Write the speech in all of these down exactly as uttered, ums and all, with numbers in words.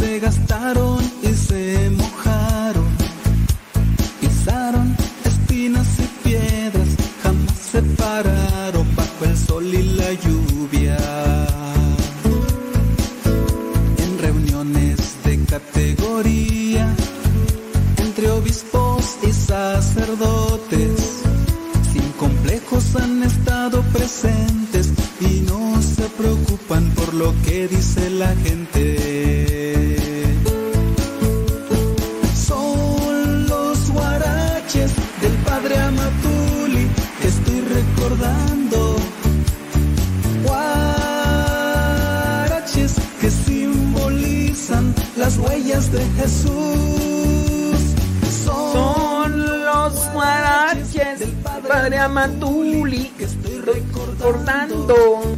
se gastaron y se mojaron, pisaron espinas y piedras, jamás se pararon bajo el sol y la lluvia. En reuniones de categoría, entre obispos y sacerdotes, sin complejos han estado presentes y no se preocupan por lo que dice la gente. Son los huaraches del padre Amatuli que estoy recordando. Huaraches que simbolizan las huellas de Jesús. Son, Son los huaraches del padre Amatuli que estoy recordando.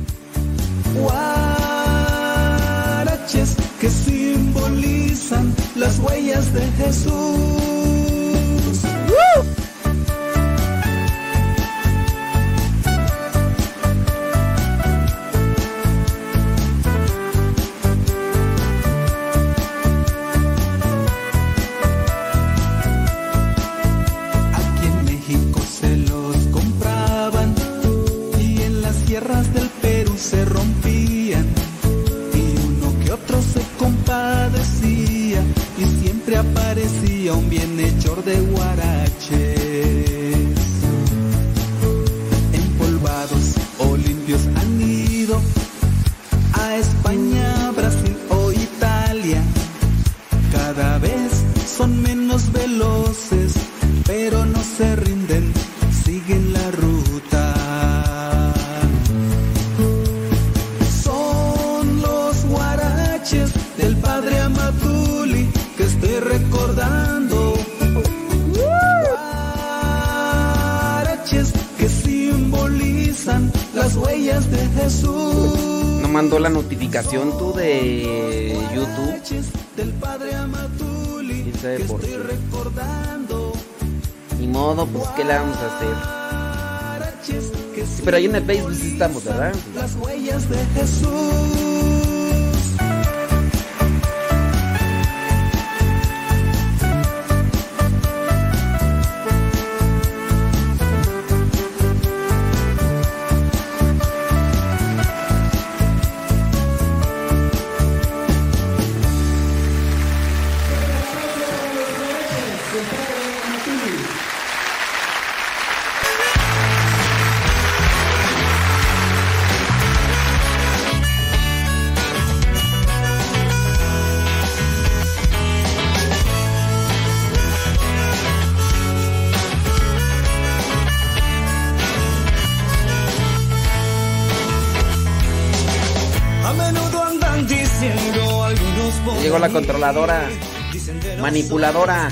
Huaraches que simbolizan las huellas de Jesús. ¡Woo! Aquí en México se los compraban y en las sierras del Perú se rompían, y uno que otro se compadecía, y siempre aparecía un bienhechor de huaraches. Empolvados o limpios han ido a España, Brasil o Italia. Cada vez son menos veloces, pero no se rinden, siguen la ruta. Son los huaraches del padre Amatuli que estoy recordando. Huaraches que simbolizan las huellas de Jesús. ¿No mandó la notificación tú de YouTube? Del padre Amatuli ¿Quién sabe que por estoy qué? recordando. Ni modo, pues ¿qué le vamos a hacer? Sí, pero ahí en el Facebook sí estamos, ¿verdad? Las huellas de Jesús. Llegó la controladora, manipuladora,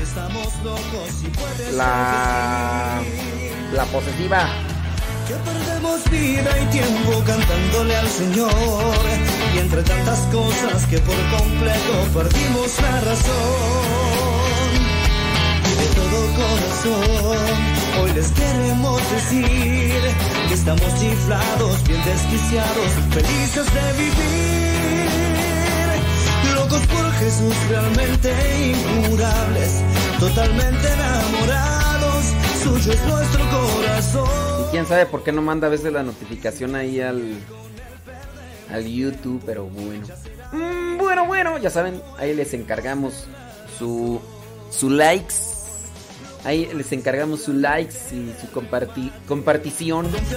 la, la posesiva. Que perdemos vida y tiempo cantándole al Señor, y entre tantas cosas que por completo perdimos la razón. De todo corazón, hoy les queremos decir que estamos chiflados, bien desquiciados, felices de vivir, locos por Jesús, realmente incurables, totalmente enamorados, suyo es nuestro corazón. Y quién sabe por qué no manda a veces la notificación ahí al, al YouTube, pero bueno. Mm, bueno, bueno, ya saben, ahí les encargamos su, su likes. Ahí les encargamos su likes y su comparti, compartición. ¿Listos?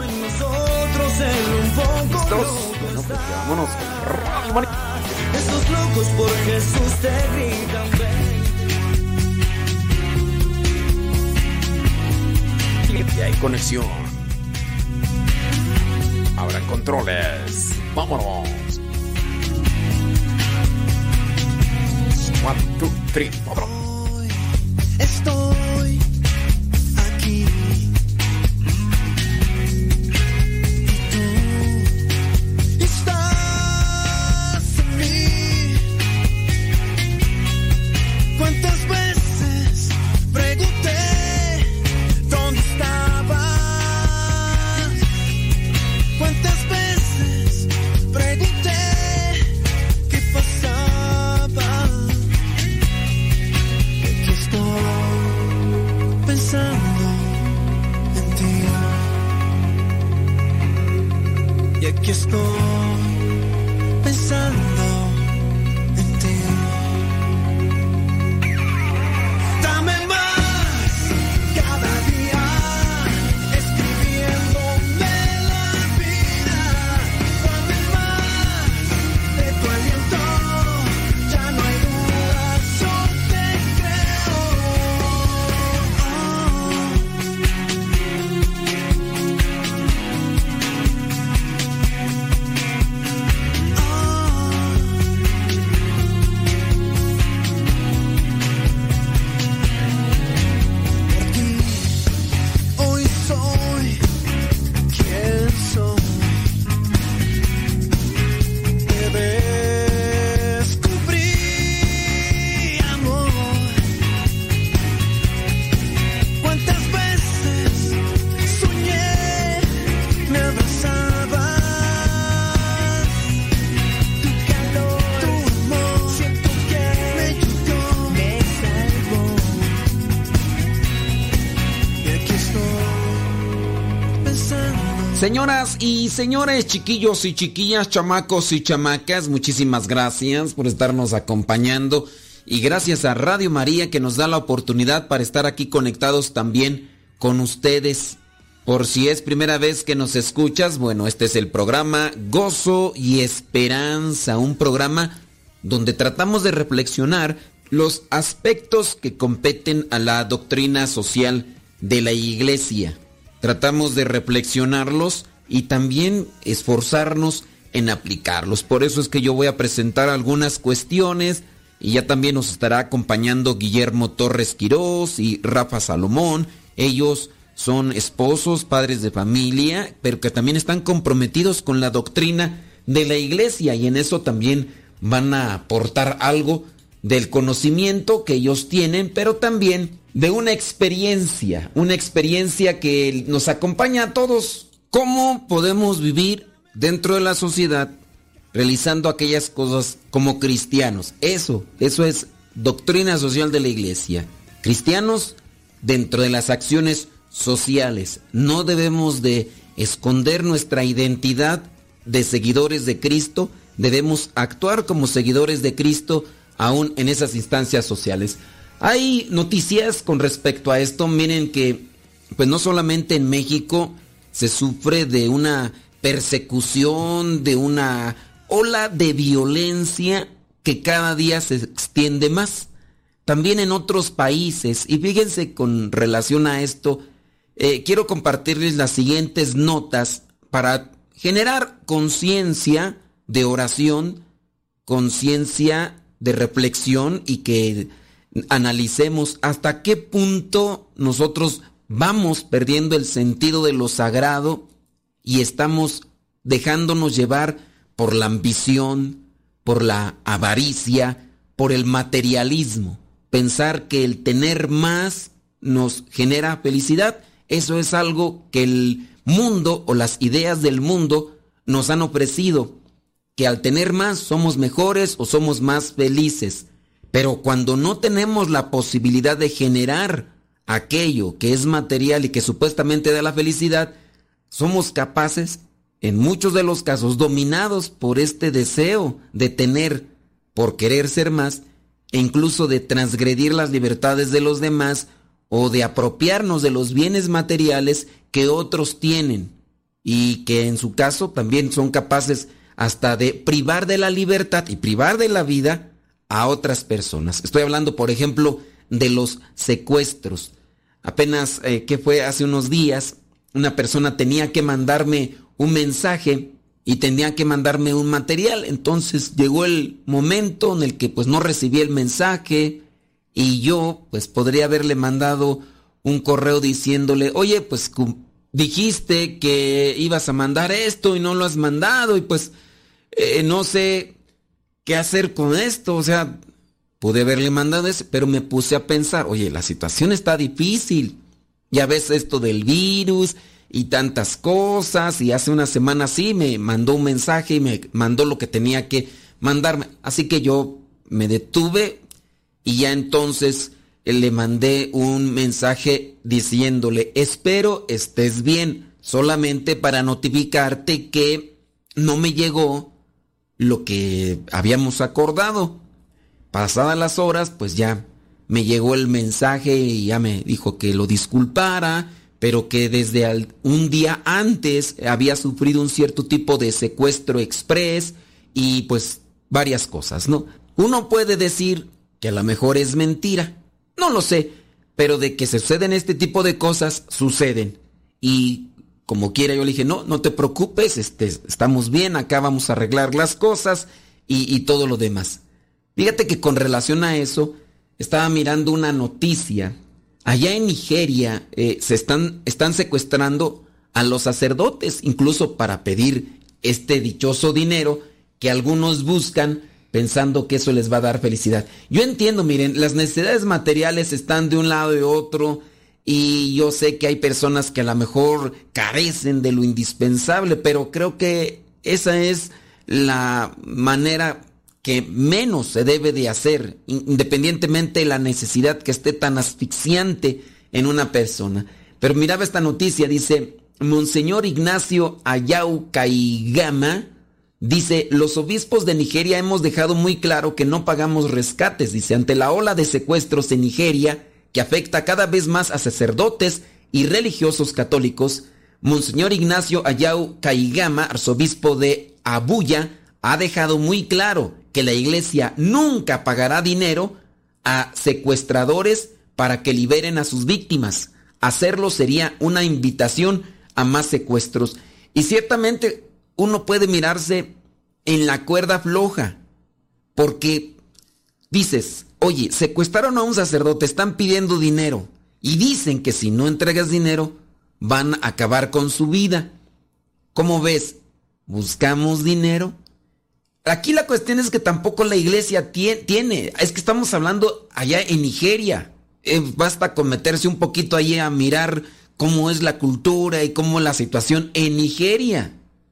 Bueno, pues vámonos. Estos locos por Jesús te gritan, ven. Y hay conexión. Habrá controles. Vámonos. One, two, three, vámonos. Estoy aquí. Y tú estás en mí. ¿Cuántas veces pregunté dónde estabas? ¿Cuántas veces pregunté qué pasaba? Señoras y señores, chiquillos y chiquillas, chamacos y chamacas, muchísimas gracias por estarnos acompañando y gracias a Radio María que nos da la oportunidad para estar aquí conectados también con ustedes. Por si es primera vez que nos escuchas, bueno, este es el programa Gozo y Esperanza, un programa donde tratamos de reflexionar los aspectos que competen a la doctrina social de la Iglesia. Tratamos de reflexionarlos y también esforzarnos en aplicarlos. Por eso es que yo voy a presentar algunas cuestiones y ya también nos estará acompañando Guillermo Torres Quirós y Rafa Salomón. Ellos son esposos, padres de familia, pero que también están comprometidos con la doctrina de la Iglesia y en eso también van a aportar algo del conocimiento que ellos tienen, pero también de una experiencia, una experiencia que nos acompaña a todos. ¿Cómo podemos vivir dentro de la sociedad realizando aquellas cosas como cristianos? Eso, eso es doctrina social de la Iglesia. Cristianos dentro de las acciones sociales. No debemos de esconder nuestra identidad de seguidores de Cristo. Debemos actuar como seguidores de Cristo aún en esas instancias sociales. Hay noticias con respecto a esto. Miren que pues no solamente en México se sufre de una persecución, de una ola de violencia que cada día se extiende más. También en otros países. Y fíjense con relación a esto, eh, quiero compartirles las siguientes notas para generar conciencia de oración, conciencia de reflexión y que analicemos hasta qué punto nosotros vamos perdiendo el sentido de lo sagrado y estamos dejándonos llevar por la ambición, por la avaricia, por el materialismo. Pensar que el tener más nos genera felicidad, eso es algo que el mundo o las ideas del mundo nos han ofrecido, que al tener más somos mejores o somos más felices. Pero cuando no tenemos la posibilidad de generar aquello que es material y que supuestamente da la felicidad, somos capaces, en muchos de los casos, dominados por este deseo de tener, por querer ser más, e incluso de transgredir las libertades de los demás o de apropiarnos de los bienes materiales que otros tienen y que en su caso también son capaces hasta de privar de la libertad y privar de la vida a otras personas. Estoy hablando, por ejemplo, de los secuestros. Apenas, eh, que fue hace unos días, una persona tenía que mandarme un mensaje y tenía que mandarme un material. Entonces llegó el momento en el que pues no recibí el mensaje y yo pues podría haberle mandado un correo diciéndole, oye, pues dijiste que ibas a mandar esto y no lo has mandado y pues eh, no sé qué hacer con esto. O sea, pude haberle mandado eso, pero me puse a pensar, oye, la situación está difícil. Ya ves esto del virus y tantas cosas, y hace una semana sí me mandó un mensaje y me mandó lo que tenía que mandarme. Así que yo me detuve y ya entonces le mandé un mensaje diciéndole, espero estés bien, solamente para notificarte que no me llegó lo que habíamos acordado. Pasadas las horas, pues ya me llegó el mensaje y ya me dijo que lo disculpara, pero que desde al, un día antes había sufrido un cierto tipo de secuestro express y pues varias cosas, ¿no? Uno puede decir que a lo mejor es mentira, no lo sé, pero de que se suceden este tipo de cosas, suceden. Y como quiera yo le dije, no, no te preocupes, este, estamos bien, acá vamos a arreglar las cosas y, y todo lo demás. Fíjate que con relación a eso, estaba mirando una noticia. Allá en Nigeria eh, se están, están secuestrando a los sacerdotes, incluso para pedir este dichoso dinero que algunos buscan pensando que eso les va a dar felicidad. Yo entiendo, miren, las necesidades materiales están de un lado y otro, y yo sé que hay personas que a lo mejor carecen de lo indispensable, pero creo que esa es la manera que menos se debe de hacer, independientemente de la necesidad que esté tan asfixiante en una persona. Pero miraba esta noticia, dice, Monseñor Ignacio Ayau Kaigama dice, los obispos de Nigeria hemos dejado muy claro que no pagamos rescates. Dice, ante la ola de secuestros en Nigeria, que afecta cada vez más a sacerdotes y religiosos católicos, Monseñor Ignacio Ayau Kaigama, arzobispo de Abuya, ha dejado muy claro que la iglesia nunca pagará dinero a secuestradores para que liberen a sus víctimas. Hacerlo sería una invitación a más secuestros. Y ciertamente uno puede mirarse en la cuerda floja, porque dices, oye, secuestraron a un sacerdote, están pidiendo dinero, y dicen que si no entregas dinero, van a acabar con su vida. ¿Cómo ves? ¿Buscamos dinero? Aquí la cuestión es que tampoco la iglesia tiene, es que estamos hablando allá en Nigeria. Eh, basta con meterse un poquito ahí a mirar cómo es la cultura y cómo es la situación en Nigeria.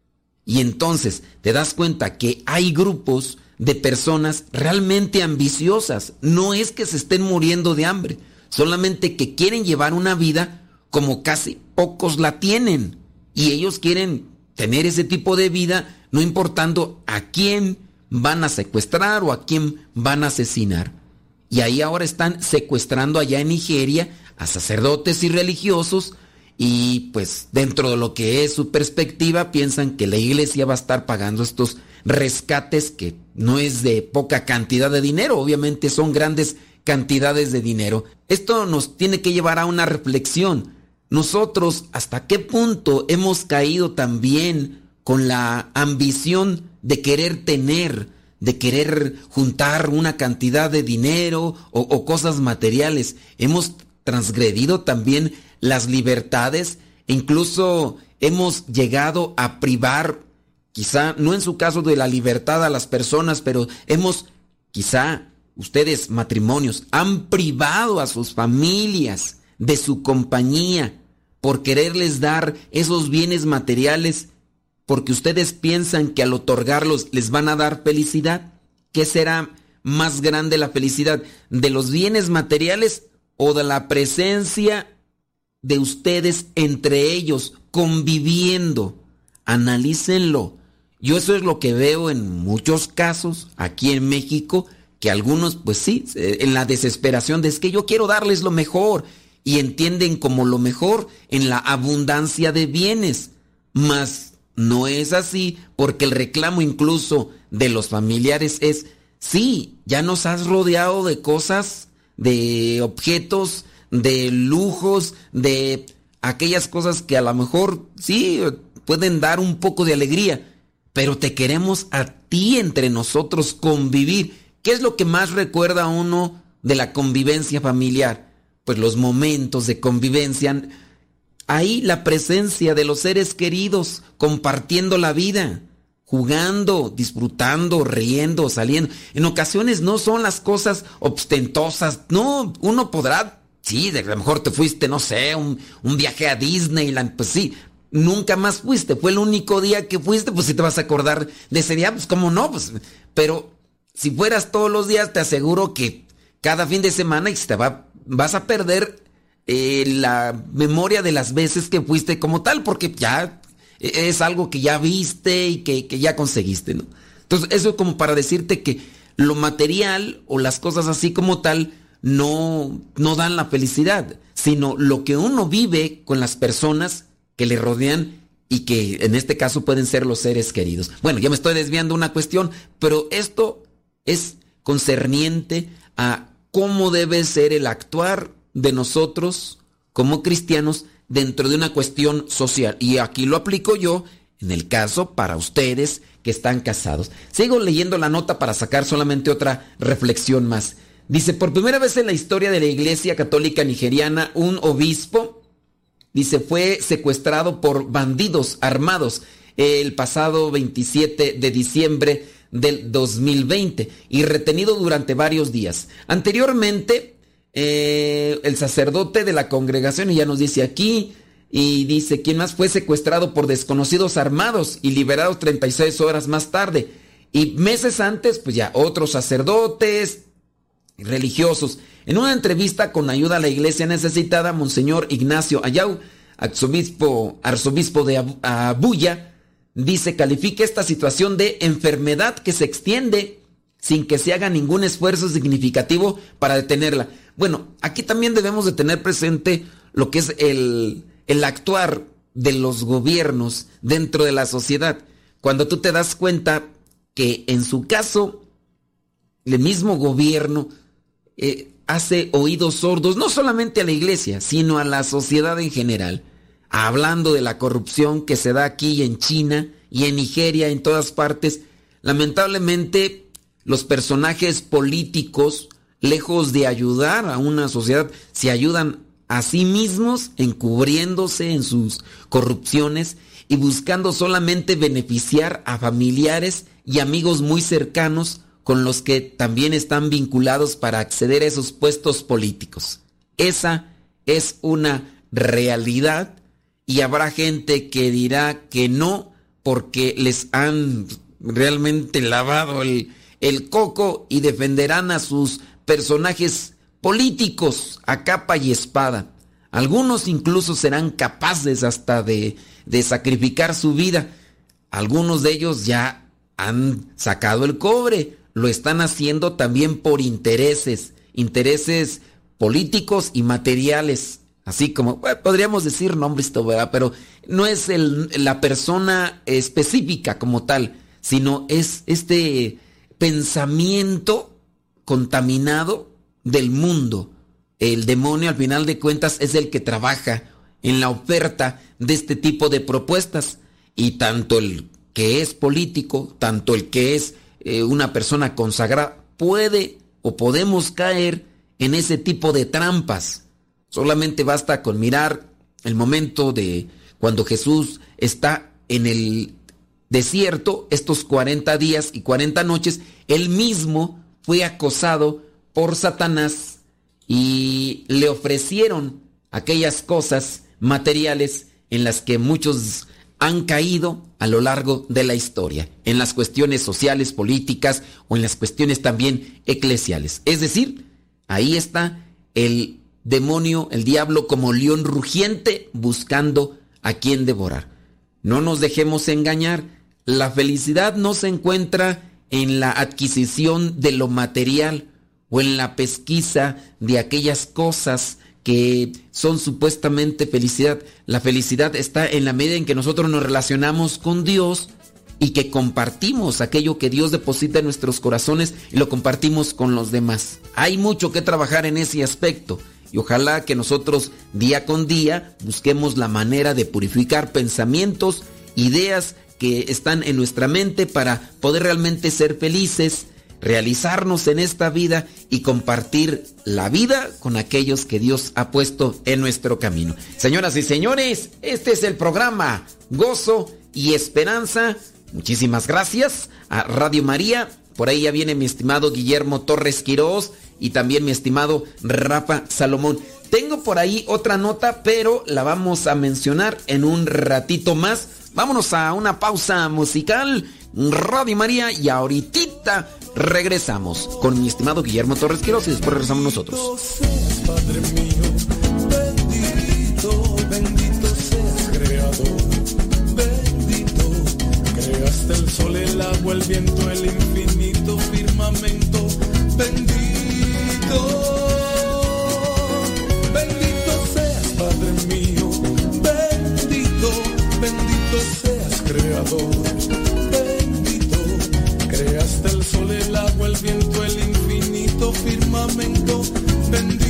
Y entonces te das cuenta que hay grupos de personas realmente ambiciosas. No es que se estén muriendo de hambre, solamente que quieren llevar una vida como casi pocos la tienen. Y ellos quieren tener ese tipo de vida, no importando a quién van a secuestrar o a quién van a asesinar. Y ahí ahora están secuestrando allá en Nigeria a sacerdotes y religiosos, y pues dentro de lo que es su perspectiva piensan que la iglesia va a estar pagando estos rescates, que no es de poca cantidad de dinero, obviamente son grandes cantidades de dinero. Esto nos tiene que llevar a una reflexión. Nosotros, ¿hasta qué punto hemos caído también con la ambición de querer tener, de querer juntar una cantidad de dinero o, o cosas materiales? Hemos transgredido también las libertades, e incluso hemos llegado a privar, quizá no en su caso de la libertad a las personas, pero hemos, quizá ustedes matrimonios, han privado a sus familias de su compañía por quererles dar esos bienes materiales, porque ustedes piensan que al otorgarlos les van a dar felicidad. ¿Qué será más grande la felicidad? ¿De los bienes materiales o de la presencia de ustedes entre ellos, conviviendo? Analícenlo. Yo eso es lo que veo en muchos casos aquí en México, que algunos, pues sí, en la desesperación de es que yo quiero darles lo mejor, y entienden como lo mejor en la abundancia de bienes. Mas no es así, porque el reclamo incluso de los familiares es, sí, ya nos has rodeado de cosas, de objetos, de lujos, de aquellas cosas que a lo mejor sí pueden dar un poco de alegría, pero te queremos a ti entre nosotros convivir. ¿Qué es lo que más recuerda a uno de la convivencia familiar? Pues los momentos de convivencia. Ahí la presencia de los seres queridos, compartiendo la vida, jugando, disfrutando, riendo, saliendo. En ocasiones no son las cosas ostentosas. No, uno podrá, sí, de lo mejor te fuiste, no sé, un, un viaje a Disneyland, pues sí, nunca más fuiste. Fue el único día que fuiste, pues si te vas a acordar de ese día, pues cómo no, pues. Pero si fueras todos los días, te aseguro que cada fin de semana y te va, vas a perder eh, la memoria de las veces que fuiste como tal, porque ya es algo que ya viste y que, que ya conseguiste, ¿no? Entonces, eso es como para decirte que lo material o las cosas así como tal no, no dan la felicidad, sino lo que uno vive con las personas que le rodean y que en este caso pueden ser los seres queridos. Bueno, ya me estoy desviando una cuestión, pero esto es concerniente a cómo debe ser el actuar de nosotros como cristianos dentro de una cuestión social. Y aquí lo aplico yo en el caso para ustedes que están casados. Sigo leyendo la nota para sacar solamente otra reflexión más. Dice, por primera vez en la historia de la Iglesia Católica Nigeriana, un obispo, dice, fue secuestrado por bandidos armados el pasado veintisiete de diciembre del dos mil veinte y retenido durante varios días. Anteriormente, eh, el sacerdote de la congregación, y ya nos dice aquí, y dice, ¿quién más fue secuestrado por desconocidos armados y liberado treinta y seis horas más tarde? Y meses antes, pues ya otros sacerdotes religiosos. En una entrevista con Ayuda a la Iglesia Necesitada, Monseñor Ignacio Ayau arzobispo, arzobispo de Ab- Abuya, dice, califica esta situación de enfermedad que se extiende sin que se haga ningún esfuerzo significativo para detenerla. Bueno, aquí también debemos de tener presente lo que es el, el actuar de los gobiernos dentro de la sociedad. Cuando tú te das cuenta que en su caso, el mismo gobierno eh, hace oídos sordos, no solamente a la iglesia, sino a la sociedad en general, hablando de la corrupción que se da aquí en China y en Nigeria, en todas partes. Lamentablemente, los personajes políticos, lejos de ayudar a una sociedad, se ayudan a sí mismos, encubriéndose en sus corrupciones y buscando solamente beneficiar a familiares y amigos muy cercanos con los que también están vinculados para acceder a esos puestos políticos. Esa es una realidad y habrá gente que dirá que no porque les han realmente lavado el, el coco y defenderán a sus personajes políticos a capa y espada. Algunos incluso serán capaces hasta de, de sacrificar su vida. Algunos de ellos ya han sacado el cobre. Lo están haciendo también por intereses, intereses políticos y materiales. Así como, bueno, podríamos decir nombres, ¿verdad? Pero no es el, la persona específica como tal, sino es este pensamiento contaminado del mundo. El demonio, al final de cuentas, es el que trabaja en la oferta de este tipo de propuestas. Y tanto el que es político, tanto el que es eh, una persona consagrada, puede o podemos caer en ese tipo de trampas. Solamente basta con mirar el momento de cuando Jesús está en el desierto, estos cuarenta días y cuarenta noches, él mismo fue acosado por Satanás y le ofrecieron aquellas cosas materiales en las que muchos han caído a lo largo de la historia, en las cuestiones sociales, políticas o en las cuestiones también eclesiales. Es decir, ahí está el demonio, el diablo, como león rugiente buscando a quien devorar. No nos dejemos engañar, la felicidad no se encuentra en la adquisición de lo material o en la pesquisa de aquellas cosas que son supuestamente felicidad. La felicidad está en la medida en que nosotros nos relacionamos con Dios y que compartimos aquello que Dios deposita en nuestros corazones y lo compartimos con los demás. Hay mucho que trabajar en ese aspecto y ojalá que nosotros día con día busquemos la manera de purificar pensamientos, ideas que están en nuestra mente para poder realmente ser felices, realizarnos en esta vida y compartir la vida con aquellos que Dios ha puesto en nuestro camino. Señoras y señores, este es el programa Gozo y Esperanza. Muchísimas gracias a Radio María. Por ahí ya viene mi estimado Guillermo Torres Quirós y también mi estimado Rafa Salomón. Tengo por ahí otra nota, pero la vamos a mencionar en un ratito más. Vámonos a una pausa musical, Radio María, y ahorita regresamos con mi estimado Guillermo Torres Quirós y después regresamos nosotros. Seas, Padre mío, bendito, bendito seas, Creador, bendito. Creaste el sol, el agua, el viento, el infinito firmamento, bendito. Bendito seas, Padre mío, bendito, bendito seas, Creador. Creaste el sol, el agua, el viento, el infinito firmamento, bendito.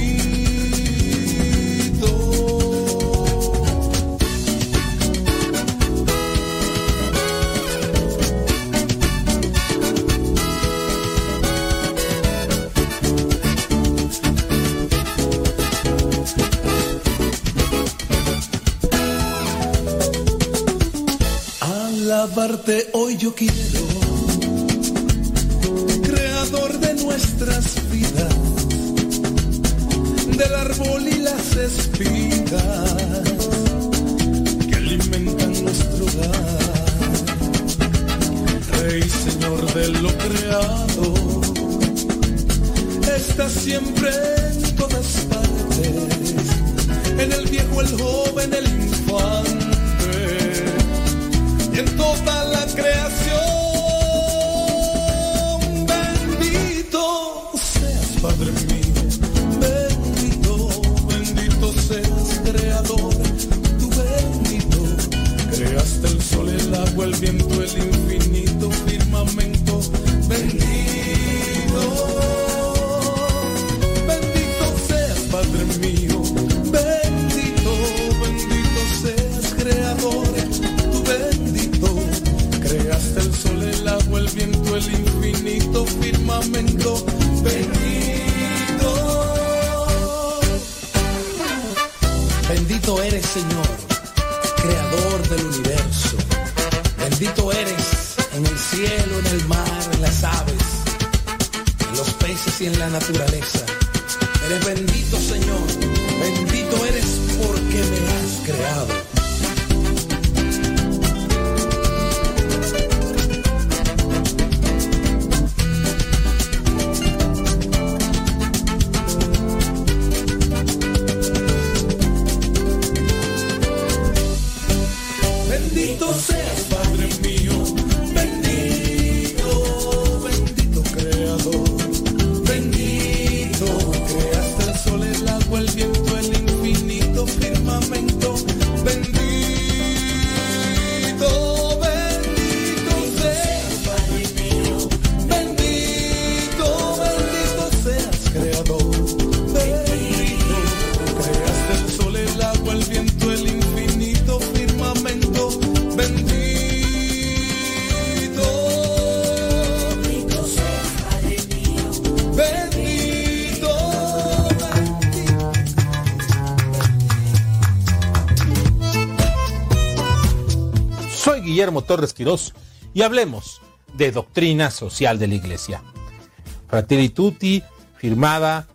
Alabarte hoy yo quiero, Creador de nuestras vidas, del árbol y las espigas que alimentan nuestro hogar. Rey, Señor de lo creado, estás siempre en todas partes, en el viejo, el joven, el infante, firmamento. Bendito, bendito eres, Señor, creador del universo. Bendito eres en el cielo, en el mar, en las aves, en los peces y en la naturaleza. Eres bendito, Señor, bendito eres porque me has creado. Bendito seas, Padre mío, bendito, bendito Creador, bendito, creaste el sol, el agua, el viento, el infinito firmamento, bendito, bendito seas, Padre mío, bendito, bendito seas, Creador, bendito, creaste el sol, el agua, el viento, el infinito firmamento. Bendito, bendito seas, Padre mío, bendito, bendito. Soy Guillermo Torres Quirós y hablemos de doctrina social de la Iglesia. Fratelli Tutti, firmada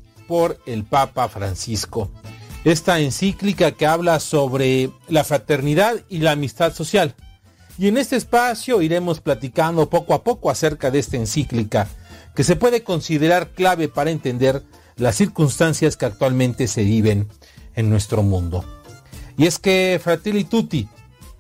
por el Papa Francisco. Esta encíclica que habla sobre la fraternidad y la amistad social. Y en este espacio iremos platicando poco a poco acerca de esta encíclica, que se puede considerar clave para entender las circunstancias que actualmente se viven en nuestro mundo. Y es que Fratelli Tutti,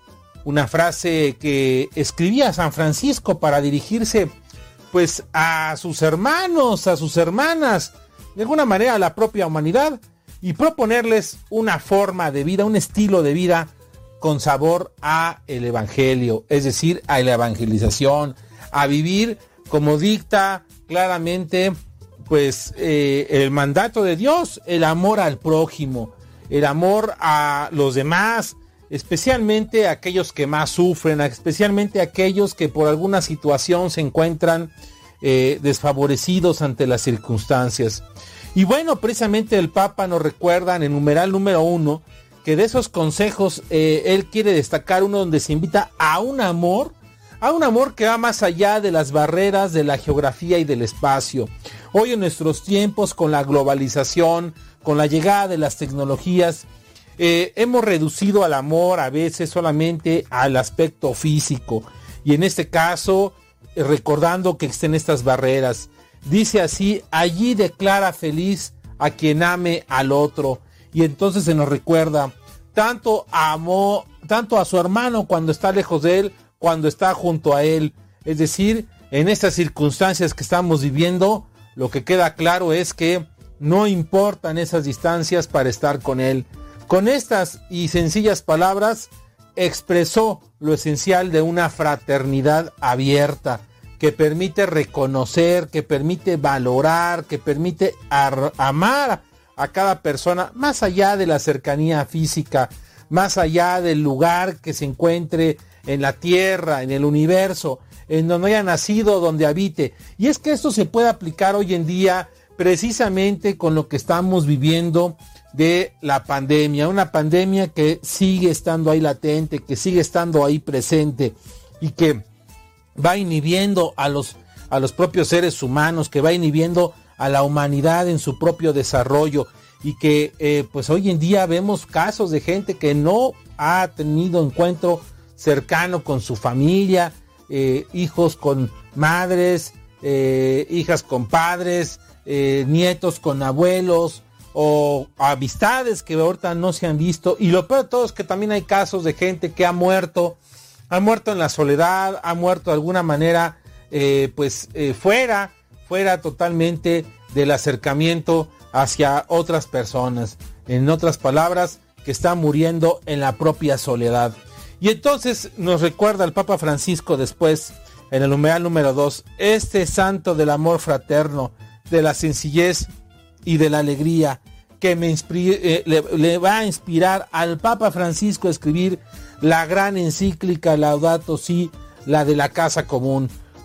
una frase que escribía San Francisco para dirigirse pues a sus hermanos, a sus hermanas, de alguna manera a la propia humanidad, y proponerles una forma de vida, un estilo de vida con sabor a el evangelio, es decir, a la evangelización, a vivir como dicta claramente pues eh, el mandato de Dios, el amor al prójimo, el amor a los demás, especialmente a aquellos que más sufren, especialmente a aquellos que por alguna situación se encuentran eh, desfavorecidos ante las circunstancias. Y bueno, precisamente el Papa nos recuerda en el numeral número uno que de esos consejos eh, él quiere destacar uno donde se invita a un amor, a un amor que va más allá de las barreras de la geografía y del espacio. Hoy en nuestros tiempos, con la globalización, con la llegada de las tecnologías, eh, hemos reducido al amor a veces solamente al aspecto físico. Y en este caso, eh, recordando que existen estas barreras. Dice así: allí declara feliz a quien ame al otro. Y entonces se nos recuerda, tanto amó, tanto a su hermano cuando está lejos de él, cuando está junto a él. Es decir, en estas circunstancias que estamos viviendo, lo que queda claro es que no importan esas distancias para estar con él. Con estas y sencillas palabras, expresó lo esencial de una fraternidad abierta, que permite reconocer, que permite valorar, que permite ar- amar a cada persona, más allá de la cercanía física, más allá del lugar que se encuentre en la tierra, en el universo, en donde haya nacido, donde habite. Y es que esto se puede aplicar hoy en día precisamente con lo que estamos viviendo de la pandemia, una pandemia que sigue estando ahí latente, que sigue estando ahí presente y que va inhibiendo a los, a los propios seres humanos, que va inhibiendo a la humanidad en su propio desarrollo, y que eh, pues hoy en día vemos casos de gente que no ha tenido encuentro cercano con su familia, eh, hijos con madres, eh, hijas con padres, eh, nietos con abuelos, o amistades que ahorita no se han visto. Y lo peor de todo es que también hay casos de gente que ha muerto, ha muerto en la soledad, ha muerto de alguna manera eh, pues eh, fuera, fuera totalmente del acercamiento hacia otras personas. En otras palabras, que está muriendo en la propia soledad. Y entonces nos recuerda el Papa Francisco después, en el numeral número dos, este santo del amor fraterno, de la sencillez y de la alegría, que me inspire, eh, le, le va a inspirar al Papa Francisco a escribir la gran encíclica Laudato Si, la de la casa común.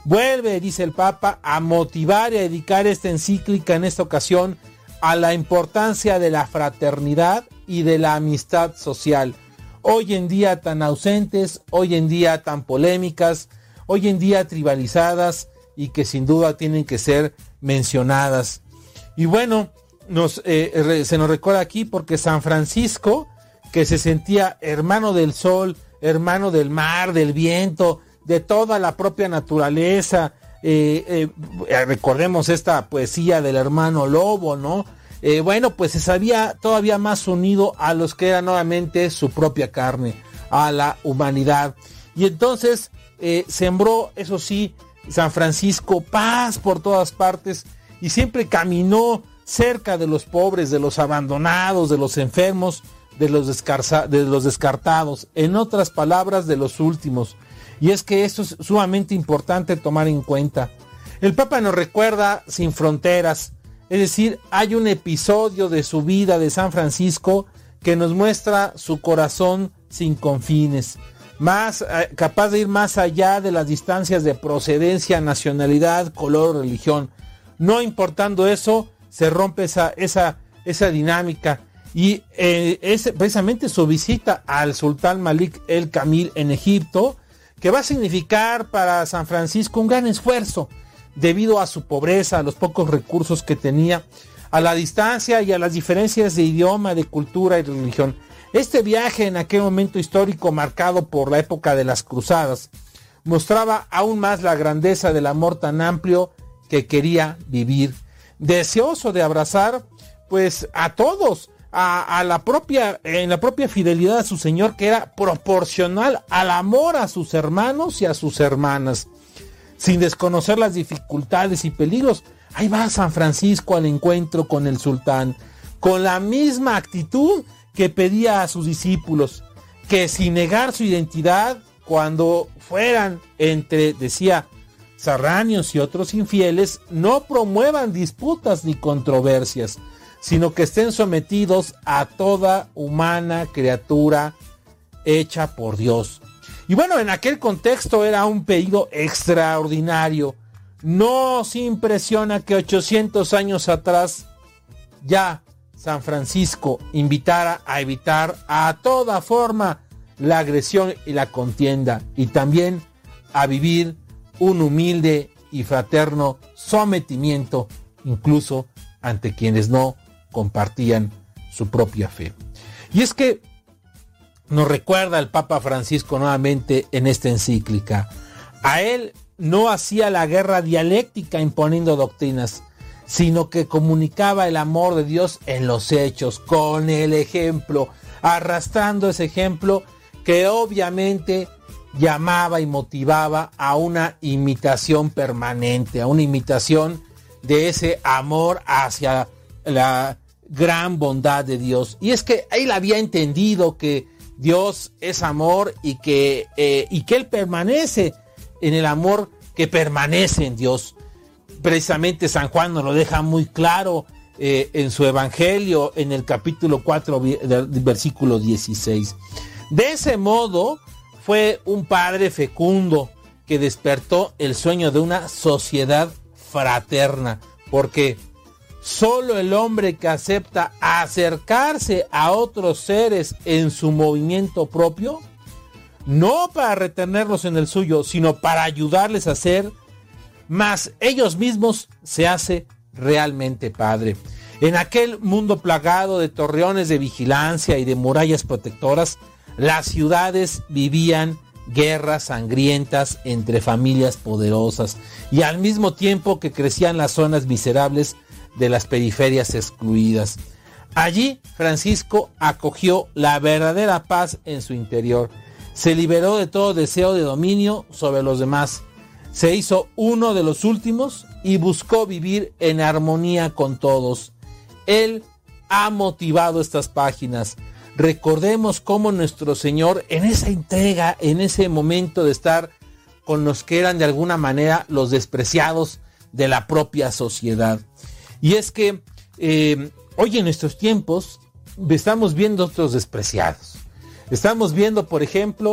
Vuelve, dice el Papa, a motivar y a dedicar esta encíclica en esta ocasión a la importancia de la fraternidad y de la amistad social. Hoy en día tan ausentes, hoy en día tan polémicas, hoy en día tribalizadas y que sin duda tienen que ser mencionadas. Y bueno, nos, eh, se nos recuerda aquí porque San Francisco, que se sentía hermano del sol, hermano del mar, del viento, de toda la propia naturaleza, eh, eh, recordemos esta poesía del hermano lobo, ¿no? Eh, bueno, pues se sabía todavía más unido a los que eran nuevamente su propia carne, a la humanidad. Y entonces eh, sembró, eso sí, San Francisco, paz por todas partes y siempre caminó cerca de los pobres, de los abandonados, de los enfermos, de los, descarza, de los descartados, en otras palabras, de los últimos. Y es que esto es sumamente importante tomar en cuenta. El Papa nos recuerda sin fronteras, es decir, hay un episodio de su vida de San Francisco que nos muestra su corazón sin confines, más eh, capaz de ir más allá de las distancias de procedencia, nacionalidad, color, religión. No importando eso, se rompe esa, esa, esa dinámica. Y eh, es precisamente su visita al sultán Malik el Kamil en Egipto, que va a significar para San Francisco un gran esfuerzo, debido a su pobreza, a los pocos recursos que tenía, a la distancia y a las diferencias de idioma, de cultura y religión. Este viaje en aquel momento histórico marcado por la época de las cruzadas, mostraba aún más la grandeza del amor tan amplio que quería vivir, deseoso de abrazar pues a todos, a, a la propia, en la propia fidelidad a su Señor, que era proporcional al amor a sus hermanos y a sus hermanas, sin desconocer las dificultades y peligros. Ahí va San Francisco al encuentro con el sultán, con la misma actitud que pedía a sus discípulos, que sin negar su identidad, cuando fueran entre, decía, sarráneos y otros infieles, no promuevan disputas ni controversias, sino que estén sometidos a toda humana criatura hecha por Dios. Y bueno, en aquel contexto era un pedido extraordinario. No se impresiona que ochocientos años atrás ya San Francisco invitara a evitar a toda forma la agresión y la contienda, y también a vivir un humilde y fraterno sometimiento, incluso ante quienes no compartían su propia fe. Y es que nos recuerda el Papa Francisco nuevamente en esta encíclica. A él no hacía la guerra dialéctica imponiendo doctrinas, sino que comunicaba el amor de Dios en los hechos, con el ejemplo, arrastrando ese ejemplo que obviamente llamaba y motivaba a una imitación permanente, a una imitación de ese amor hacia la gran bondad de Dios. Y es que él había entendido que Dios es amor y que, eh, y que Él permanece en el amor que permanece en Dios. Precisamente San Juan nos lo deja muy claro eh, en su Evangelio, en el capítulo cuatro, versículo dieciséis. De ese modo, fue un padre fecundo que despertó el sueño de una sociedad fraterna, porque solo el hombre que acepta acercarse a otros seres en su movimiento propio, no para retenerlos en el suyo, sino para ayudarles a ser más ellos mismos, se hace realmente padre. En aquel mundo plagado de torreones de vigilancia y de murallas protectoras, las ciudades vivían guerras sangrientas entre familias poderosas, y al mismo tiempo que crecían las zonas miserables de las periferias excluidas. Allí Francisco acogió la verdadera paz en su interior, se liberó de todo deseo de dominio sobre los demás, se hizo uno de los últimos y buscó vivir en armonía con todos. Él ha motivado estas páginas. Recordemos cómo nuestro Señor, en esa entrega, en ese momento de estar con los que eran de alguna manera los despreciados de la propia sociedad. Y es que eh, hoy en nuestros tiempos estamos viendo otros despreciados. Estamos viendo, por ejemplo,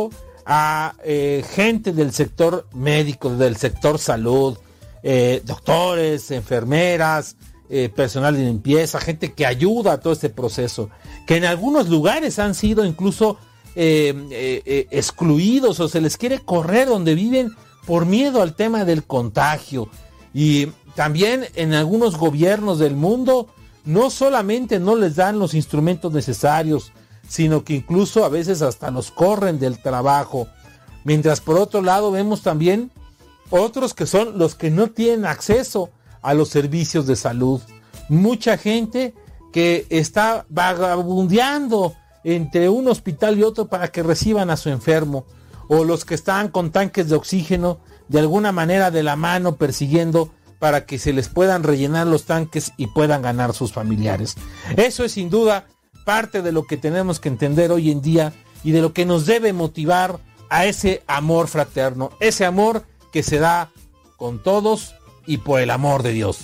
a eh, gente del sector médico, del sector salud, eh, doctores, enfermeras, eh, personal de limpieza, gente que ayuda a todo este proceso, que en algunos lugares han sido incluso eh, eh, eh, excluidos o se les quiere correr donde viven por miedo al tema del contagio. Y también en algunos gobiernos del mundo no solamente no les dan los instrumentos necesarios, sino que incluso a veces hasta los corren del trabajo. Mientras por otro lado vemos también otros que son los que no tienen acceso a los servicios de salud. Mucha gente que está vagabundeando entre un hospital y otro para que reciban a su enfermo, o los que están con tanques de oxígeno de alguna manera de la mano persiguiendo para que se les puedan rellenar los tanques y puedan ganar sus familiares. Eso es sin duda parte de lo que tenemos que entender hoy en día y de lo que nos debe motivar a ese amor fraterno, ese amor que se da con todos y por el amor de Dios.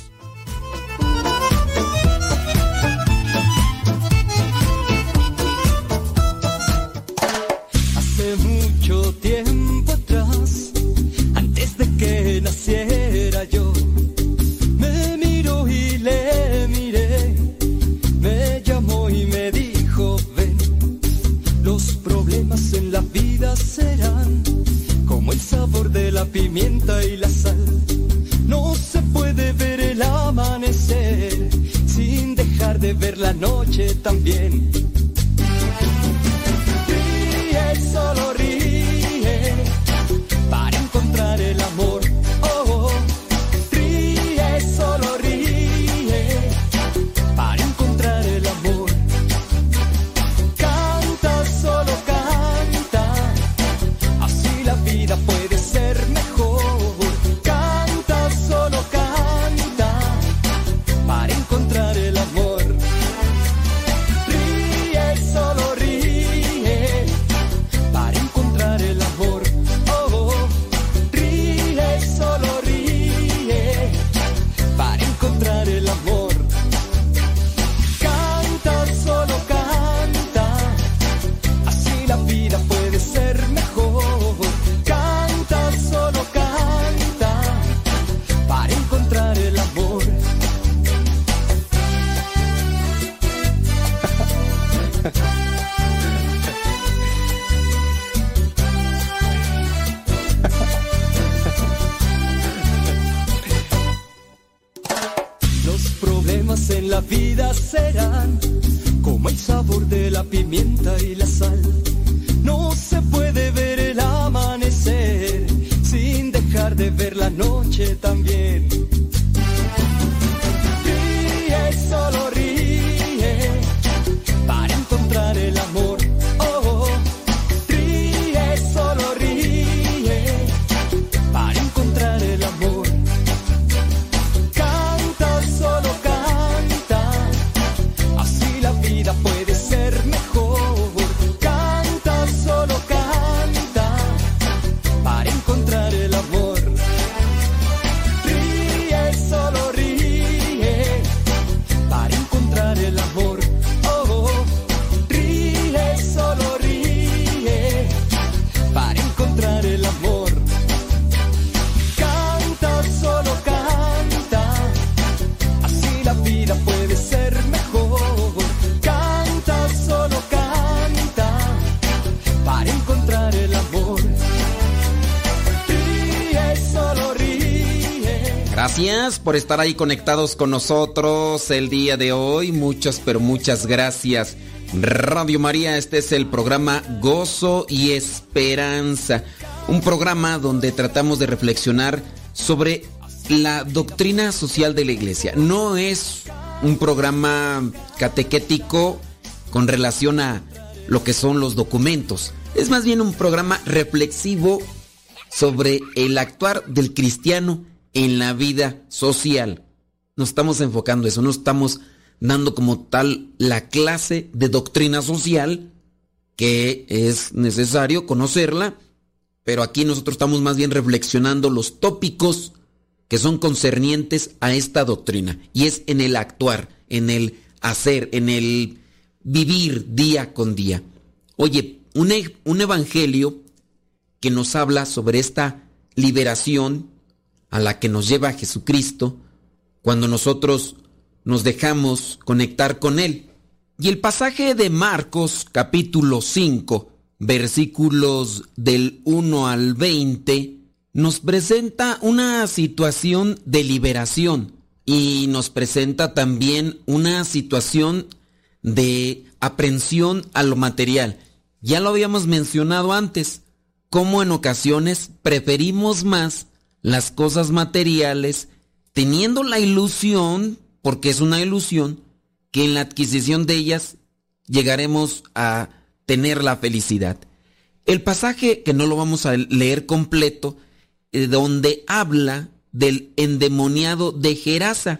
Hace mucho tiempo atrás, antes de que naciera yo, me miró y le miré, me llamó y me dijo, ven, los problemas en la vida serán como el sabor de la pimienta y la sal. No se puede ver el amanecer sin dejar de ver la noche también. Ríe, solo ríe, para encontrar el amor. Oh, oh. Ríe, solo ríe, para encontrar el amor. Canta, solo canta, así la vida puede ser mejor. Canta, solo canta, para encontrar el amor. Ríe, solo ríe, para encontrar el amor. Oh, oh. Ríe, solo ríe, para encontrar el amor. Canta, solo canta, así la vida puede ser mejor. Canta, solo canta, para encontrar el amor. Los problemas en la vida serán como el sabor de la pimienta y la sal. No se puede ver el amanecer sin dejar de ver la noche también. Ríe, solo ríe, para encontrar el amor. Oh, oh. Ríe, solo ríe, para encontrar el amor. Canta, solo canta, así la vida puede ser mejor. Canta, solo canta, para encontrar el amor. Ríe, solo ríe, para encontrar el amor. Oh, oh. Ríe, solo ríe, para encontrar el amor. Canta, solo canta, así la vida puede ser mejor. Canta, solo canta, para encontrar el amor. Ríe, solo ríe. Gracias por estar ahí conectados con nosotros el día de hoy. Muchas, pero muchas gracias. Radio María, este es el programa Gozo y Esperanza. Un programa donde tratamos de reflexionar sobre la doctrina social de la Iglesia. No es un programa catequético con relación a lo que son los documentos. Es más bien un programa reflexivo sobre el actuar del cristiano en la vida social. Nos estamos enfocando eso, no estamos dando como tal la clase de doctrina social, que es necesario conocerla, pero aquí nosotros estamos más bien reflexionando los tópicos que son concernientes a esta doctrina, y es en el actuar, en el hacer, en el vivir día con día. Oye, un, un evangelio que nos habla sobre esta liberación a la que nos lleva Jesucristo cuando nosotros nos dejamos conectar con Él. Y el pasaje de Marcos capítulo cinco, versículos del uno al veinte, nos presenta una situación de liberación y nos presenta también una situación de aprensión a lo material. Ya lo habíamos mencionado antes, cómo en ocasiones preferimos más las cosas materiales teniendo la ilusión, porque es una ilusión, que en la adquisición de ellas llegaremos a tener la felicidad. El pasaje, que no lo vamos a leer completo, eh, donde habla del endemoniado de Gerasa,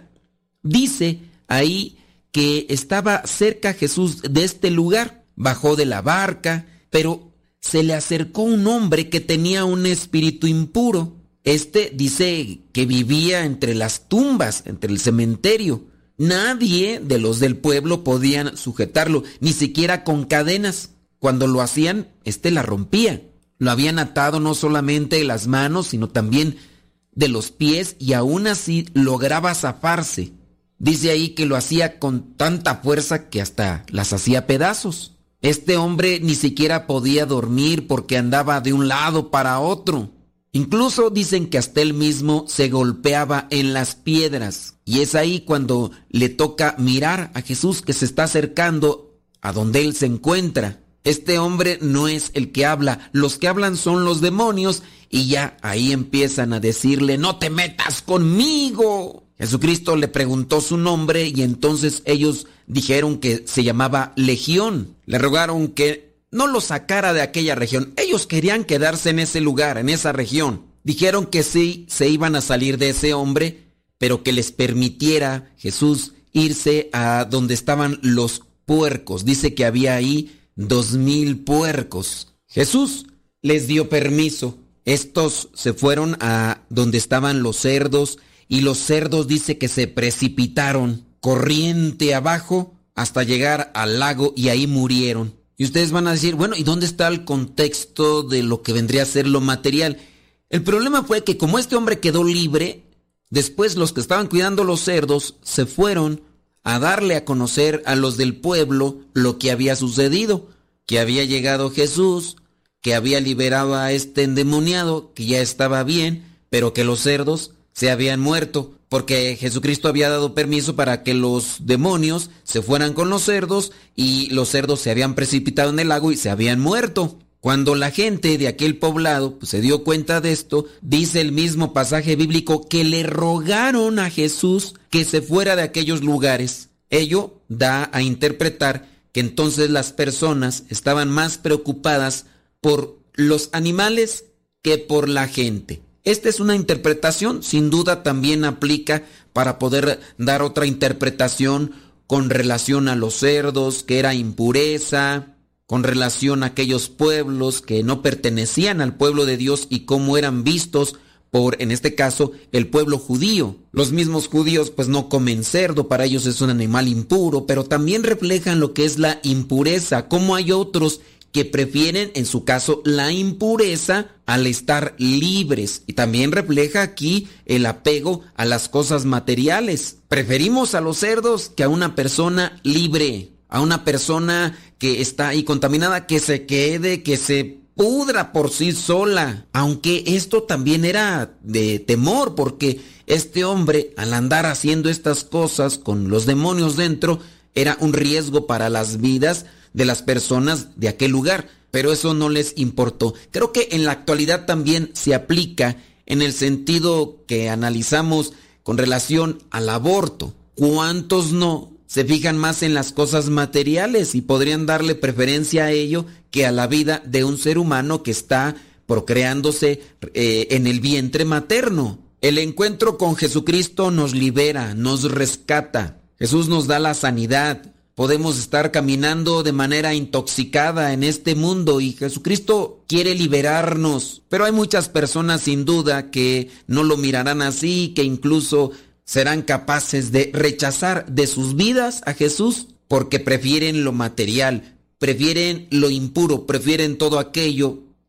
dice ahí que estaba cerca Jesús de este lugar, bajó de la barca, pero se le acercó un hombre que tenía un espíritu impuro. Este dice que vivía entre las tumbas, entre el cementerio. Nadie de los del pueblo podían sujetarlo, ni siquiera con cadenas. Cuando lo hacían, este la rompía. Lo habían atado no solamente de las manos, sino también de los pies, y aún así lograba zafarse. Dice ahí que lo hacía con tanta fuerza que hasta las hacía pedazos. Este hombre ni siquiera podía dormir porque andaba de un lado para otro. Incluso dicen que hasta él mismo se golpeaba en las piedras. Y es ahí cuando le toca mirar a Jesús, que se está acercando a donde él se encuentra. Este hombre no es el que habla, los que hablan son los demonios, y ya ahí empiezan a decirle: no te metas conmigo. Jesucristo le preguntó su nombre y entonces ellos dijeron que se llamaba Legión. Le rogaron que no lo sacara de aquella región. Ellos querían quedarse en ese lugar, en esa región. Dijeron que sí, se iban a salir de ese hombre, pero que les permitiera Jesús irse a donde estaban los puercos. Dice que había ahí dos mil puercos. Jesús les dio permiso. Estos se fueron a donde estaban los cerdos, y los cerdos dice que se precipitaron corriente abajo hasta llegar al lago y ahí murieron. Y ustedes van a decir, bueno, ¿y dónde está el contexto de lo que vendría a ser lo material? El problema fue que como este hombre quedó libre, después los que estaban cuidando los cerdos se fueron a darle a conocer a los del pueblo lo que había sucedido, que había llegado Jesús, que había liberado a este endemoniado, que ya estaba bien, pero que los cerdos se habían muerto, porque Jesucristo había dado permiso para que los demonios se fueran con los cerdos, y los cerdos se habían precipitado en el lago y se habían muerto. Cuando la gente de aquel poblado pues, se dio cuenta de esto, dice el mismo pasaje bíblico que le rogaron a Jesús que se fuera de aquellos lugares. Ello da a interpretar que entonces las personas estaban más preocupadas por los animales que por la gente. Esta es una interpretación, sin duda también aplica para poder dar otra interpretación con relación a los cerdos, que era impureza, con relación a aquellos pueblos que no pertenecían al pueblo de Dios y cómo eran vistos por, en este caso, el pueblo judío. Los mismos judíos pues no comen cerdo, para ellos es un animal impuro, pero también reflejan lo que es la impureza, cómo hay otros que prefieren, en su caso, la impureza al estar libres. Y también refleja aquí el apego a las cosas materiales. Preferimos a los cerdos que a una persona libre, a una persona que está ahí contaminada, que se quede, que se pudra por sí sola. Aunque esto también era de temor, porque este hombre, al andar haciendo estas cosas con los demonios dentro, era un riesgo para las vidas de las personas de aquel lugar, pero eso no les importó. Creo que en la actualidad también se aplica en el sentido que analizamos con relación al aborto. ¿Cuántos no se fijan más en las cosas materiales y podrían darle preferencia a ello que a la vida de un ser humano que está procreándose eh, en el vientre materno? El encuentro con Jesucristo nos libera, nos rescata. Jesús nos da la sanidad. Podemos estar caminando de manera intoxicada en este mundo y Jesucristo quiere liberarnos. Pero hay muchas personas sin duda que no lo mirarán así, que incluso serán capaces de rechazar de sus vidas a Jesús porque prefieren lo material, prefieren lo impuro, prefieren todo aquello que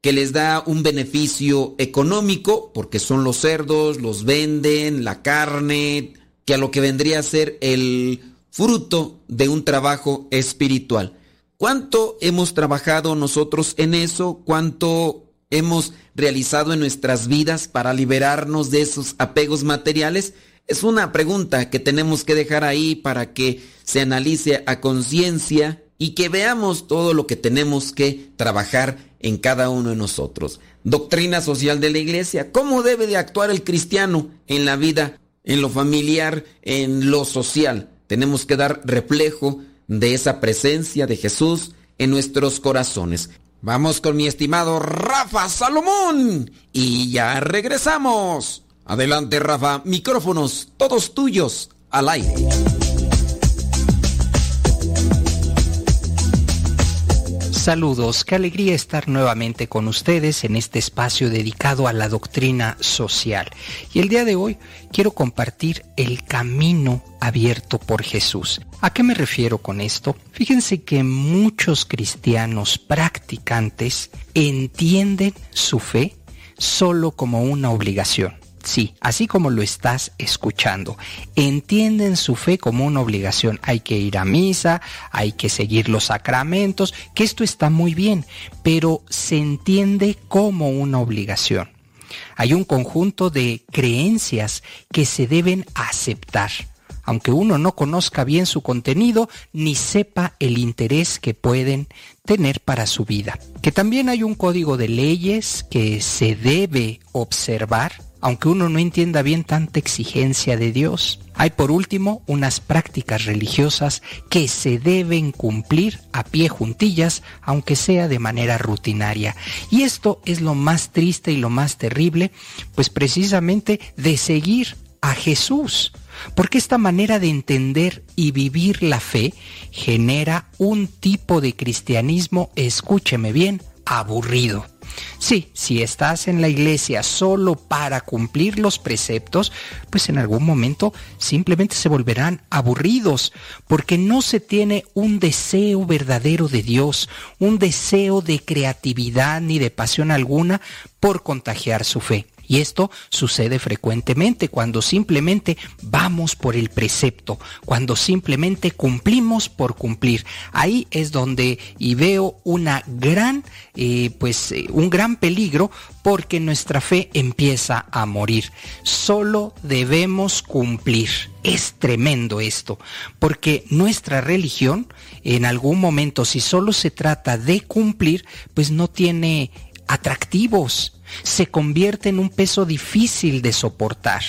que les da un beneficio económico, porque son los cerdos, los venden, la carne, que a lo que vendría a ser el fruto de un trabajo espiritual. ¿Cuánto hemos trabajado nosotros en eso? ¿Cuánto hemos realizado en nuestras vidas para liberarnos de esos apegos materiales? Es una pregunta que tenemos que dejar ahí para que se analice a conciencia y que veamos todo lo que tenemos que trabajar en cada uno de nosotros. Doctrina social de la Iglesia. ¿Cómo debe de actuar el cristiano en la vida, en lo familiar, en lo social? Tenemos que dar reflejo de esa presencia de Jesús en nuestros corazones. Vamos con mi estimado Rafa Salomón y ya regresamos. Adelante, Rafa, micrófonos todos tuyos al aire. Saludos, qué alegría estar nuevamente con ustedes en este espacio dedicado a la doctrina social. Y el día de hoy quiero compartir el camino abierto por Jesús. ¿A qué me refiero con esto? Fíjense que muchos cristianos practicantes entienden su fe solo como una obligación. Sí, así como lo estás escuchando, entienden su fe como una obligación. Hay que ir a misa, hay que seguir los sacramentos, que esto está muy bien, pero se entiende como una obligación. Hay un conjunto de creencias que se deben aceptar, aunque uno no conozca bien su contenido ni sepa el interés que pueden tener para su vida. Que también hay un código de leyes que se debe observar, aunque uno no entienda bien tanta exigencia de Dios. Hay por último unas prácticas religiosas que se deben cumplir a pie juntillas, aunque sea de manera rutinaria. Y esto es lo más triste y lo más terrible, pues precisamente de seguir a Jesús. Porque esta manera de entender y vivir la fe genera un tipo de cristianismo, escúcheme bien, aburrido. Sí, si estás en la iglesia solo para cumplir los preceptos, pues en algún momento simplemente se volverán aburridos, porque no se tiene un deseo verdadero de Dios, un deseo de creatividad ni de pasión alguna por contagiar su fe. Y esto sucede frecuentemente cuando simplemente vamos por el precepto, cuando simplemente cumplimos por cumplir. Ahí es donde y veo una gran, eh, pues, eh, un gran peligro, porque nuestra fe empieza a morir. Solo debemos cumplir. Es tremendo esto, porque nuestra religión, en algún momento, si solo se trata de cumplir, pues no tiene atractivos, se convierte en un peso difícil de soportar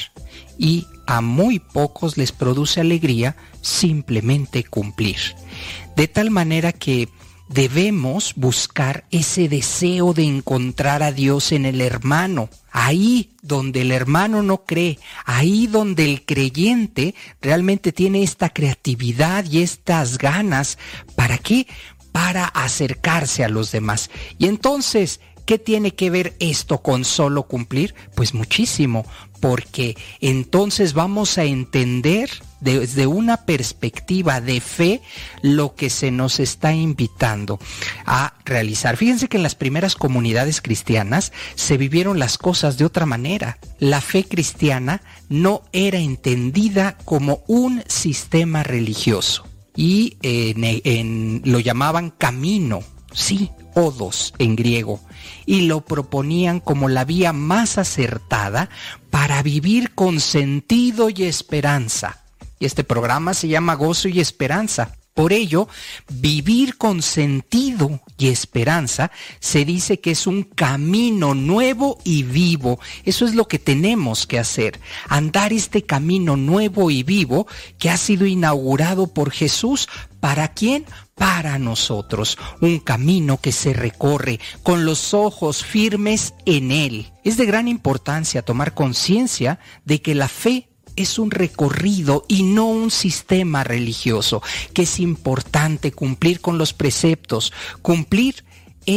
y a muy pocos les produce alegría simplemente cumplir. De tal manera que debemos buscar ese deseo de encontrar a Dios en el hermano, ahí donde el hermano no cree, ahí donde el creyente realmente tiene esta creatividad y estas ganas. ¿Para qué? Para acercarse a los demás. Y entonces, ¿qué tiene que ver esto con solo cumplir? Pues muchísimo, porque entonces vamos a entender desde una perspectiva de fe lo que se nos está invitando a realizar. Fíjense que en las primeras comunidades cristianas se vivieron las cosas de otra manera. La fe cristiana no era entendida como un sistema religioso y en, en, lo llamaban camino, sí, odos en griego, y lo proponían como la vía más acertada para vivir con sentido y esperanza. Y este programa se llama Gozo y Esperanza. Por ello, vivir con sentido y esperanza se dice que es un camino nuevo y vivo. Eso es lo que tenemos que hacer, andar este camino nuevo y vivo que ha sido inaugurado por Jesús. ¿Para quién? Para nosotros. Un camino que se recorre con los ojos firmes en Él. Es de gran importancia tomar conciencia de que la fe es un recorrido y no un sistema religioso, que es importante cumplir con los preceptos. Cumplir es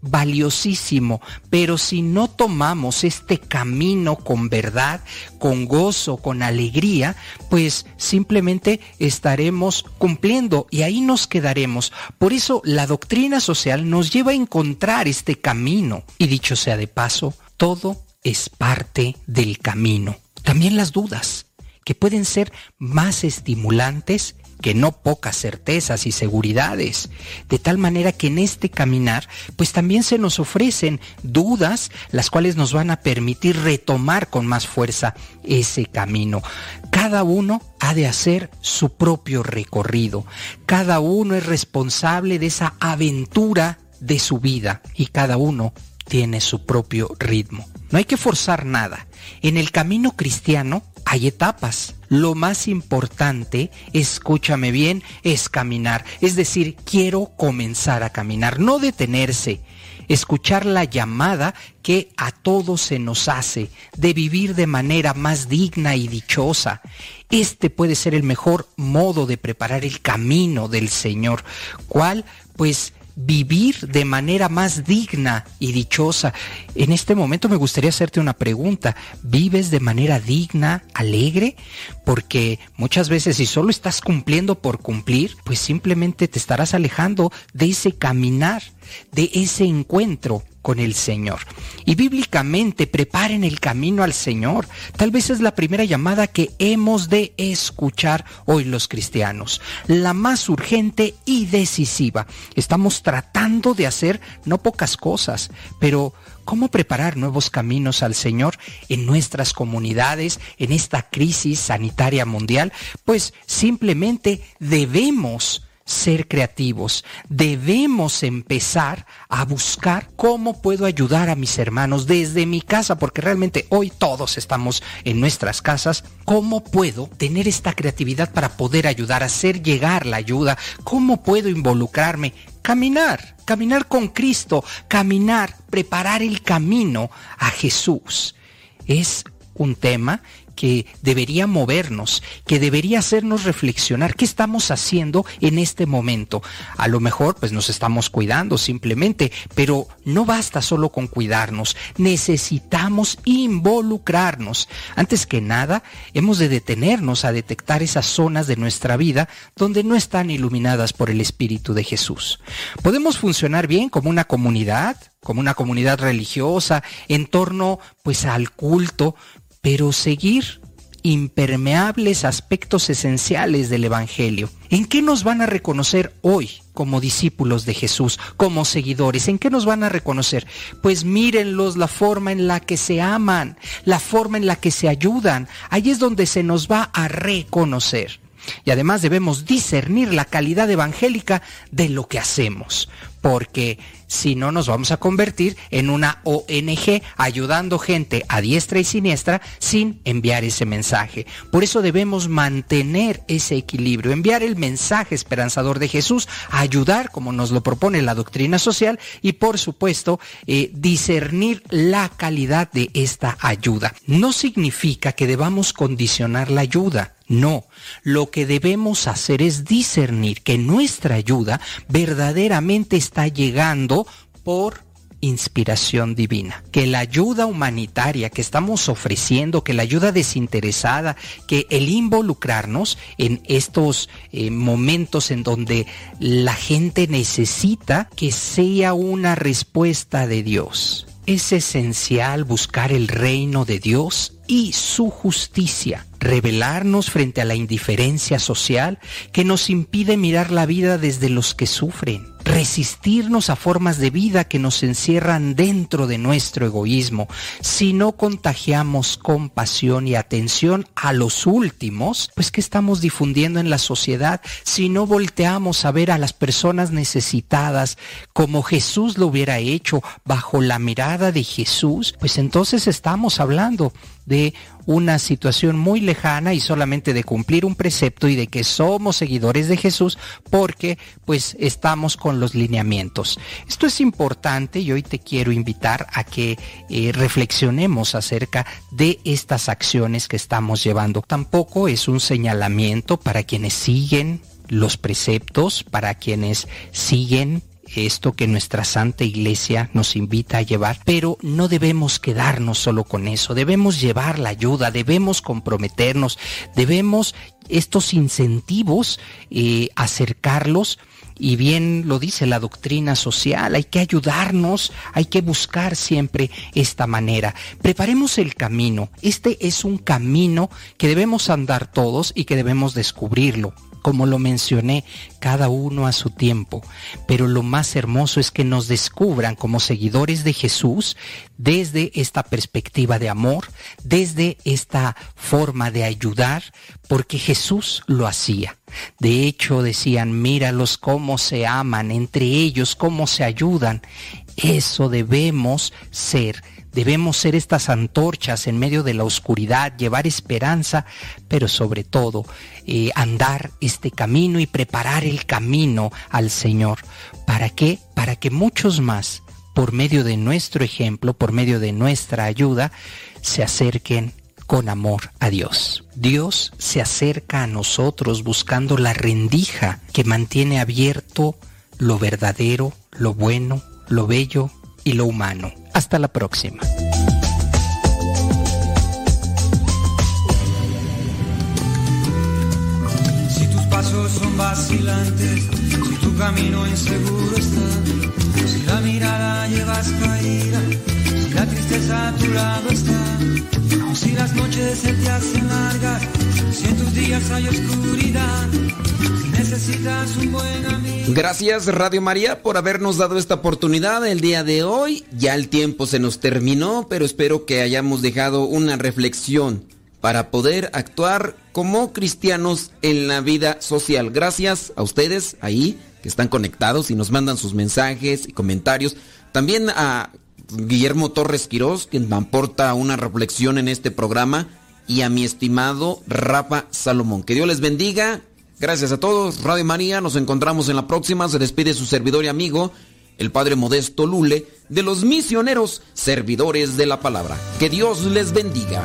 valiosísimo, pero si no tomamos este camino con verdad, con gozo, con alegría, pues simplemente estaremos cumpliendo y ahí nos quedaremos. Por eso la doctrina social nos lleva a encontrar este camino. Y dicho sea de paso, todo es parte del camino. También las dudas, que pueden ser más estimulantes que no pocas certezas y seguridades, de tal manera que en este caminar pues también se nos ofrecen dudas, las cuales nos van a permitir retomar con más fuerza ese camino. Cada uno ha de hacer su propio recorrido, cada uno es responsable de esa aventura de su vida y cada uno tiene su propio ritmo. No hay que forzar nada. En el camino cristiano hay etapas. Lo más importante, escúchame bien, es caminar. Es decir, quiero comenzar a caminar, no detenerse. Escuchar la llamada que a todos se nos hace de vivir de manera más digna y dichosa. Este puede ser el mejor modo de preparar el camino del Señor. ¿Cuál? Pues vivir de manera más digna y dichosa. En este momento me gustaría hacerte una pregunta. ¿Vives de manera digna, alegre? Porque muchas veces si solo estás cumpliendo por cumplir, pues simplemente te estarás alejando de ese caminar, de ese encuentro con el Señor. Y bíblicamente, preparen el camino al Señor. Tal vez es la primera llamada que hemos de escuchar hoy los cristianos, la más urgente y decisiva. Estamos tratando de hacer no pocas cosas, pero ¿cómo preparar nuevos caminos al Señor en nuestras comunidades, en esta crisis sanitaria mundial? Pues simplemente debemos ser creativos, debemos empezar a buscar cómo puedo ayudar a mis hermanos desde mi casa, porque realmente hoy todos estamos en nuestras casas. ¿Cómo puedo tener esta creatividad para poder ayudar, hacer llegar la ayuda? ¿Cómo puedo involucrarme? Caminar, caminar con Cristo, caminar, preparar el camino a Jesús. Es un tema que debería movernos, que debería hacernos reflexionar qué estamos haciendo en este momento. A lo mejor pues nos estamos cuidando simplemente, pero no basta solo con cuidarnos, necesitamos involucrarnos. Antes que nada, hemos de detenernos a detectar esas zonas de nuestra vida donde no están iluminadas por el Espíritu de Jesús. Podemos funcionar bien como una comunidad, como una comunidad religiosa, en torno pues al culto, pero seguir impermeables aspectos esenciales del Evangelio. ¿En qué nos van a reconocer hoy como discípulos de Jesús, como seguidores? ¿En qué nos van a reconocer? Pues mírenlos, la forma en la que se aman, la forma en la que se ayudan. Ahí es donde se nos va a reconocer. Y además debemos discernir la calidad evangélica de lo que hacemos, porque si no nos vamos a convertir en una O N G ayudando gente a diestra y siniestra sin enviar ese mensaje. Por eso debemos mantener ese equilibrio, enviar el mensaje esperanzador de Jesús, ayudar como nos lo propone la doctrina social y por supuesto eh, discernir la calidad de esta ayuda. No significa que debamos condicionar la ayuda. No, lo que debemos hacer es discernir que nuestra ayuda verdaderamente está llegando por inspiración divina, que la ayuda humanitaria que estamos ofreciendo, que la ayuda desinteresada, que el involucrarnos en estos eh, momentos en donde la gente necesita que sea una respuesta de Dios. Es esencial buscar el reino de Dios y su justicia, rebelarnos frente a la indiferencia social que nos impide mirar la vida desde los que sufren, resistirnos a formas de vida que nos encierran dentro de nuestro egoísmo. Si no contagiamos compasión y atención a los últimos, pues ¿qué estamos difundiendo en la sociedad? Si no volteamos a ver a las personas necesitadas como Jesús lo hubiera hecho, bajo la mirada de Jesús, pues entonces estamos hablando de una situación muy lejana y solamente de cumplir un precepto y de que somos seguidores de Jesús porque pues estamos con los lineamientos. Esto es importante y hoy te quiero invitar a que eh, reflexionemos acerca de estas acciones que estamos llevando. Tampoco es un señalamiento para quienes siguen los preceptos, para quienes siguen esto que nuestra Santa Iglesia nos invita a llevar, pero no debemos quedarnos solo con eso, debemos llevar la ayuda, debemos comprometernos, debemos estos incentivos eh, acercarlos. Y bien lo dice la doctrina social, hay que ayudarnos, hay que buscar siempre esta manera. Preparemos el camino. Este es un camino que debemos andar todos y que debemos descubrirlo. Como lo mencioné, cada uno a su tiempo. Pero lo más hermoso es que nos descubran como seguidores de Jesús desde esta perspectiva de amor, desde esta forma de ayudar, porque Jesús lo hacía. De hecho, decían, míralos cómo se aman entre ellos, cómo se ayudan. Eso debemos ser. Debemos ser estas antorchas en medio de la oscuridad, llevar esperanza, pero sobre todo eh, andar este camino y preparar el camino al Señor. ¿Para qué? Para que muchos más, por medio de nuestro ejemplo, por medio de nuestra ayuda, se acerquen con amor a Dios. Dios se acerca a nosotros buscando la rendija que mantiene abierto lo verdadero, lo bueno, lo bello y lo humano. Hasta la próxima. Si tus pasos son vacilantes, si tu camino inseguro está, si la mirada llevas caída, si la tristeza a tu lado está, si las noches se te hacen largas, si en tus días hay oscuridad, si necesitas un buen amigo. Gracias Radio María por habernos dado esta oportunidad el día de hoy. Ya el tiempo se nos terminó, pero espero que hayamos dejado una reflexión para poder actuar como cristianos en la vida social. Gracias a ustedes ahí que están conectados y nos mandan sus mensajes y comentarios. También a Guillermo Torres Quirós, quien aporta una reflexión en este programa, y a mi estimado Rafa Salomón. Que Dios les bendiga. Gracias a todos. Radio María, nos encontramos en la próxima. Se despide su servidor y amigo, el Padre Modesto Lule, de los misioneros servidores de la palabra. Que Dios les bendiga.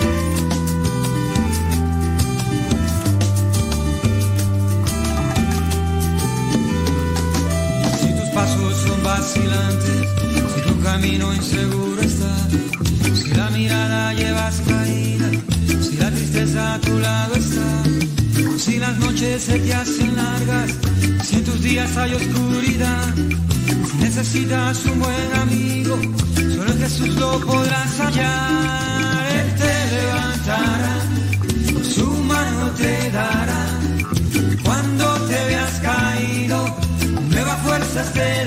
Si tus pasos son vacilantes, si tu camino inseguro está, si la mirada llevas caída, si la tristeza a tu lado está, si las noches se te hacen largas, si en tus días hay oscuridad, si necesitas un buen amigo, solo en Jesús lo podrás hallar. Él te levantará, su mano te dará, cuando te veas caído, nuevas fuerzas te